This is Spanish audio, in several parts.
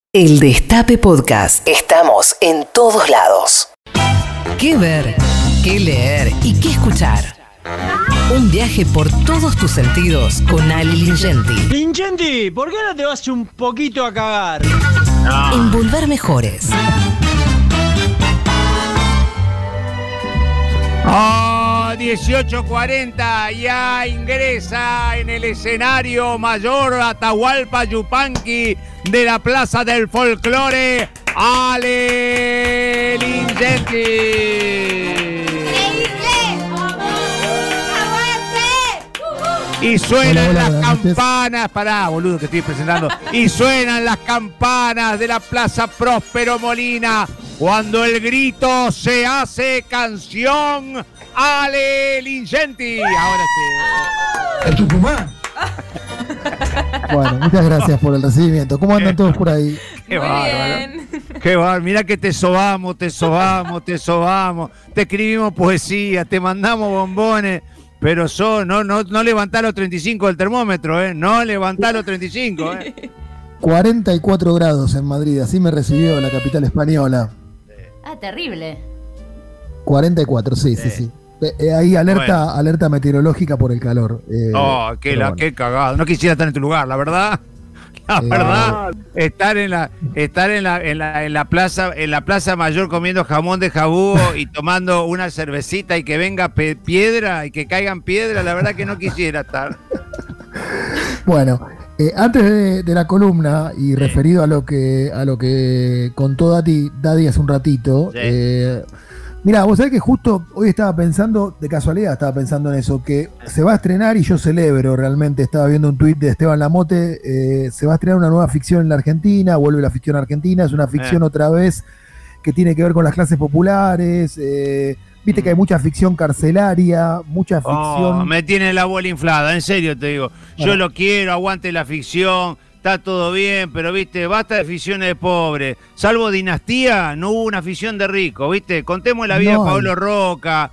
El Destape Podcast. Estamos en todos lados. ¿Qué ver? ¿Qué leer? ¿Y qué escuchar? Un viaje por todos tus sentidos con Ali Lingenti. Lingenti, ¿por qué no te vas un poquito a cagar? No. En Volver Mejores. 18:40, ya ingresa en el escenario mayor Atahualpa Yupanqui de la Plaza del Folclore, Ale Lingenti. Y suenan las campanas, pará, boludo, que estoy presentando. Y suenan las campanas de la Plaza Próspero Molina cuando el grito se hace canción. Ale Lingenti. Ahora sí. ¿El Tucumán? Bueno, muchas gracias por el recibimiento. ¿Cómo andan todos por ahí? Qué bárbaro. Qué bárbaro. Mirá que te sobamos. Te escribimos poesía, te mandamos bombones. Pero no levantá los 35 del termómetro, ¿eh? No levantá los 35, ¿eh? 44 grados en Madrid, así me recibió la capital española. Ah, terrible. 44, sí. Ahí alerta meteorológica por el calor. Qué cagado. No quisiera estar en tu lugar, la verdad. La verdad, estar en la plaza mayor comiendo jamón de jabugo y tomando una cervecita y que venga piedra y que caigan piedras, la verdad que no quisiera estar. Bueno, antes de la columna y referido a lo que contó Daddy hace un ratito, mirá, vos sabés que justo hoy de casualidad estaba pensando en eso, que se va a estrenar, y yo celebro realmente, estaba viendo un tuit de Esteban Lamote, se va a estrenar una nueva ficción en la Argentina, vuelve la ficción argentina, es una ficción otra vez que tiene que ver con las clases populares, viste que hay mucha ficción carcelaria, mucha ficción... Me tiene la bola inflada, en serio te digo, yo lo quiero, aguante la ficción... Está todo bien, pero viste, basta de ficciones de pobres. Salvo Dinastía, no hubo una ficción de rico, viste. Contemos la vida de Pablo Roca,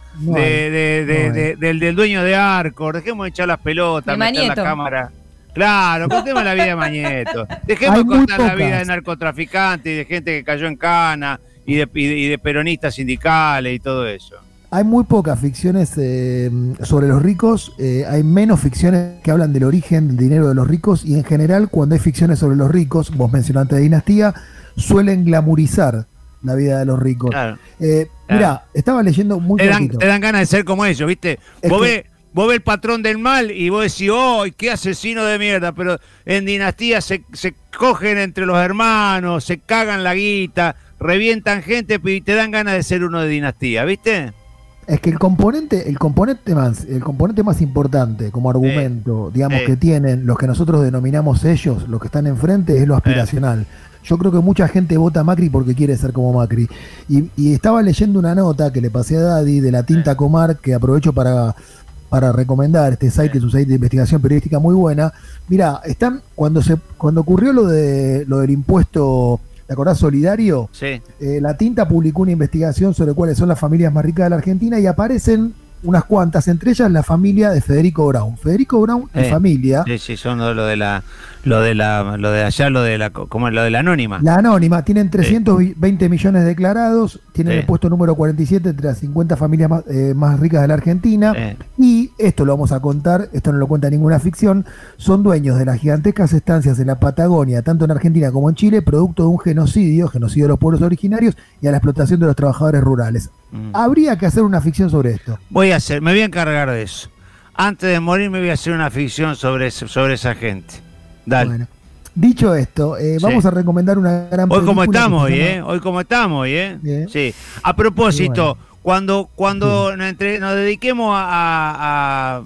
del dueño de Arcor. Dejemos de echar las pelotas, meter la cámara. Claro, contemos la vida de Mañeto. Dejemos de contar la vida de narcotraficantes y de gente que cayó en cana y de peronistas sindicales y todo eso. Hay muy pocas ficciones sobre los ricos, hay menos ficciones que hablan del origen del dinero de los ricos, y en general cuando hay ficciones sobre los ricos, vos mencionaste Dinastía, suelen glamurizar la vida de los ricos. Claro. Mirá, estaba leyendo muy poquito. Te dan ganas de ser como ellos, ¿viste? Vos ves el patrón del mal y vos decís, qué asesino de mierda, pero en Dinastía se cogen entre los hermanos, se cagan la guita, revientan gente y te dan ganas de ser uno de Dinastía, ¿viste? Es que el componente más importante como argumento, digamos, que tienen los que nosotros denominamos ellos, los que están enfrente, es lo aspiracional. Yo creo que mucha gente vota a Macri porque quiere ser como Macri. Y estaba leyendo una nota que le pasé a Daddy de la Tinta Comar, que aprovecho para recomendar este site, que es un site de investigación periodística muy buena. Mirá, cuando ocurrió lo del impuesto... ¿Te acordás? Solidario. Sí. La Tinta publicó una investigación sobre cuáles son las familias más ricas de la Argentina y aparecen unas cuantas, entre ellas la familia de Federico Brown. Federico Brown y familia. Sí, son lo de la Anónima. La Anónima, tienen 320 millones declarados, tienen el puesto número 47 entre las 50 familias más ricas de la Argentina, y esto lo vamos a contar, esto no lo cuenta ninguna ficción, son dueños de las gigantescas estancias en la Patagonia, tanto en Argentina como en Chile, producto de un genocidio de los pueblos originarios y a la explotación de los trabajadores rurales. Habría que hacer una ficción sobre esto. Me voy a encargar de eso. Antes de morir me voy a hacer una ficción sobre esa gente. Dale. Bueno, dicho esto, vamos a recomendar una gran película. Hoy como estamos, Sí. A propósito, cuando nos dediquemos a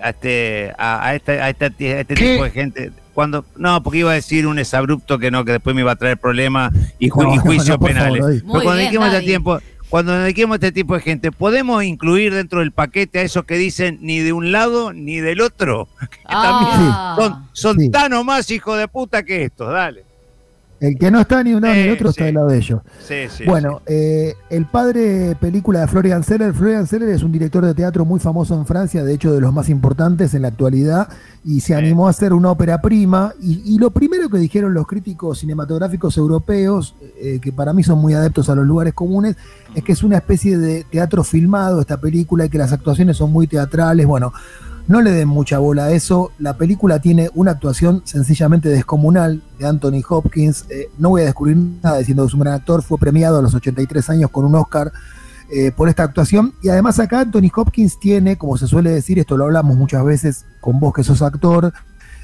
este tipo de gente, porque iba a decir un exabrupto que después me iba a traer problemas y juicios penales. Pero cuando dediquemos a este tipo de gente, ¿podemos incluir dentro del paquete a esos que dicen ni de un lado ni del otro? Que también son tan o más hijos de puta que estos, dale. El que no está ni un lado ni el otro está del lado de ellos. Sí. Bueno, El padre, película de Florian Zeller. Florian Zeller es un director de teatro muy famoso en Francia, de hecho de los más importantes en la actualidad, y se animó a hacer una ópera prima. Y lo primero que dijeron los críticos cinematográficos europeos, que para mí son muy adeptos a los lugares comunes, es que es una especie de teatro filmado esta película y que las actuaciones son muy teatrales. Bueno, no le den mucha bola a eso. La película tiene una actuación sencillamente descomunal de Anthony Hopkins. No voy a descubrir nada diciendo que es un gran actor. Fue premiado a los 83 años con un Oscar por esta actuación. Y además acá Anthony Hopkins tiene, como se suele decir, esto lo hablamos muchas veces con vos que sos actor,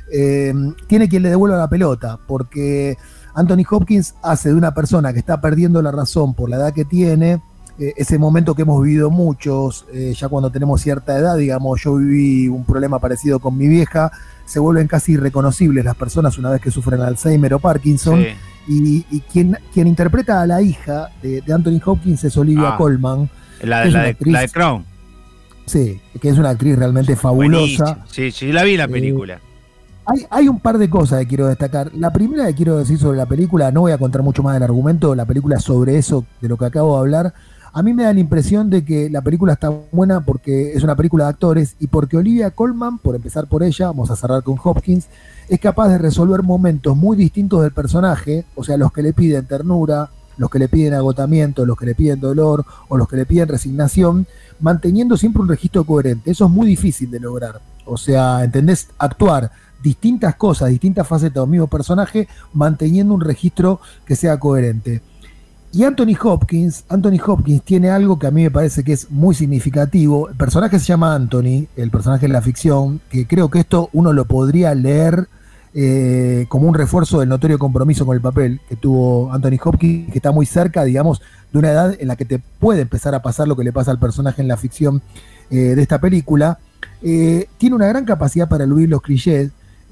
tiene quien le devuelva la pelota, porque Anthony Hopkins hace de una persona que está perdiendo la razón por la edad que tiene, ese momento que hemos vivido muchos, ya cuando tenemos cierta edad, digamos, yo viví un problema parecido con mi vieja, se vuelven casi irreconocibles las personas una vez que sufren Alzheimer o Parkinson, y quien interpreta a la hija de Anthony Hopkins es Olivia Colman. La de Crown. Sí, que es una actriz realmente fabulosa. Sí, la vi la película. Hay un par de cosas que quiero destacar. La primera que quiero decir sobre la película, no voy a contar mucho más del argumento, la película es sobre eso de lo que acabo de hablar. A mí me da la impresión de que la película está buena porque es una película de actores y porque Olivia Colman, por empezar por ella, vamos a cerrar con Hopkins, es capaz de resolver momentos muy distintos del personaje, o sea, los que le piden ternura, los que le piden agotamiento, los que le piden dolor o los que le piden resignación, manteniendo siempre un registro coherente. Eso es muy difícil de lograr. O sea, ¿entendés? Actuar distintas cosas, distintas facetas del mismo personaje, manteniendo un registro que sea coherente. Y Anthony Hopkins tiene algo que a mí me parece que es muy significativo. El personaje se llama Anthony, el personaje de la ficción, que creo que esto uno lo podría leer como un refuerzo del notorio compromiso con el papel que tuvo Anthony Hopkins, que está muy cerca, digamos, de una edad en la que te puede empezar a pasar lo que le pasa al personaje en la ficción de esta película. Tiene una gran capacidad para eludir los clichés,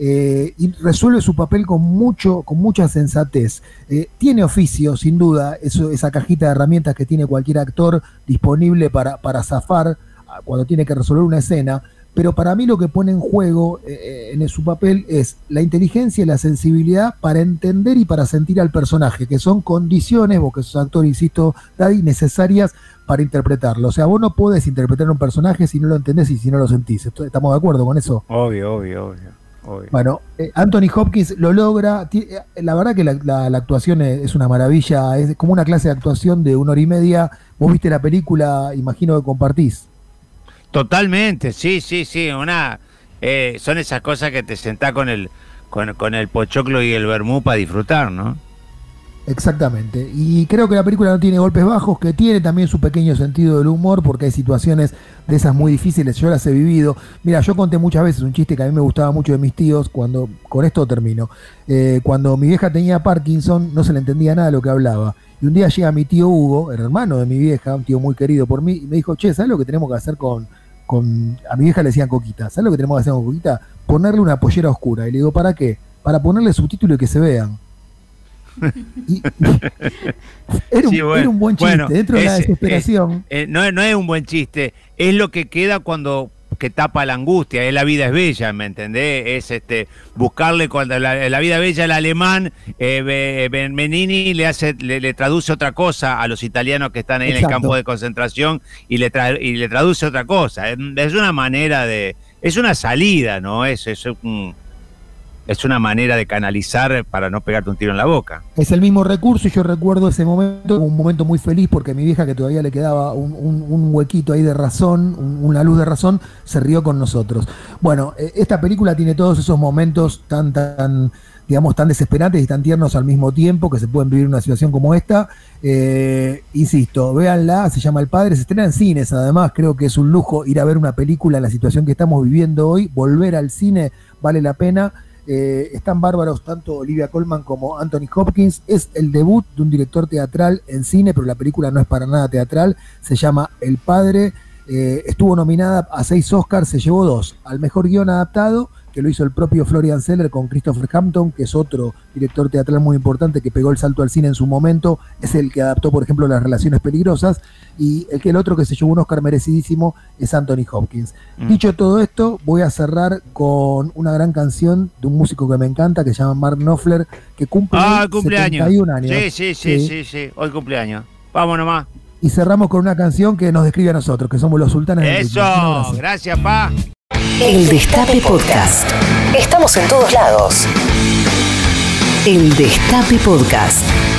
y resuelve su papel con mucha sensatez. Tiene oficio, sin duda, esa cajita de herramientas que tiene cualquier actor disponible para zafar cuando tiene que resolver una escena, pero para mí lo que pone en juego en su papel es la inteligencia y la sensibilidad para entender y para sentir al personaje, que son condiciones, vos que sos actor, insisto, Daddy, necesarias para interpretarlo. O sea, vos no podés interpretar a un personaje si no lo entendés y si no lo sentís. ¿Estamos de acuerdo con eso? Obvio. Bueno, Anthony Hopkins lo logra. La verdad que la actuación es una maravilla, es como una clase de actuación de 1 hora y media. Vos viste la película, imagino que compartís. Totalmente, sí. Son esas cosas que te sentás con el pochoclo y el vermú para disfrutar, ¿no? Exactamente, y creo que la película no tiene golpes bajos, que tiene también su pequeño sentido del humor, porque hay situaciones de esas muy difíciles, yo las he vivido. Mira, yo conté muchas veces un chiste que a mí me gustaba mucho de mis tíos, con esto termino, cuando mi vieja tenía Parkinson no se le entendía nada de lo que hablaba, y un día llega mi tío Hugo, el hermano de mi vieja, un tío muy querido por mí, y me dijo, che, ¿sabes lo que tenemos que hacer a mi vieja le decían Coquita, ¿sabes lo que tenemos que hacer con Coquita? Ponerle una pollera oscura, y le digo, ¿para qué? Para ponerle subtítulo y que se vean. Era un buen chiste, dentro de la desesperación. No es un buen chiste, es lo que queda cuando que tapa la angustia, la vida es bella, ¿me entendés? Es buscarle cuando la vida bella el alemán, Benigni le traduce otra cosa a los italianos que están ahí. Exacto. En el campo de concentración y le traduce otra cosa. Es una manera es una salida, ¿no? Es una manera de canalizar para no pegarte un tiro en la boca. Es el mismo recurso y yo recuerdo ese momento como un momento muy feliz porque a mi vieja, que todavía le quedaba un huequito ahí de razón, una luz de razón, se rió con nosotros. Bueno, esta película tiene todos esos momentos tan desesperantes y tan tiernos al mismo tiempo que se pueden vivir en una situación como esta. Insisto, véanla, se llama El Padre, se estrena en cines, además creo que es un lujo ir a ver una película en la situación que estamos viviendo hoy, volver al cine vale la pena. Están bárbaros tanto Olivia Colman como Anthony Hopkins. Es el debut de un director teatral en cine, pero la película no es para nada teatral. Se llama El Padre. Estuvo nominada a 6 Oscars, se llevó 2. Al mejor guión adaptado, que lo hizo el propio Florian Zeller con Christopher Hampton, que es otro director teatral muy importante que pegó el salto al cine en su momento, es el que adaptó, por ejemplo, Las Relaciones Peligrosas, y el otro que se llevó un Oscar merecidísimo es Anthony Hopkins. Dicho todo esto, voy a cerrar con una gran canción de un músico que me encanta, que se llama Mark Knopfler, que cumple 71 años. Sí, hoy cumpleaños. Vamos nomás. Y cerramos con una canción que nos describe a nosotros, que somos los sultanes del ritmo. Eso, gracias, pa. El Destape Podcast. Estamos en todos lados. El Destape Podcast.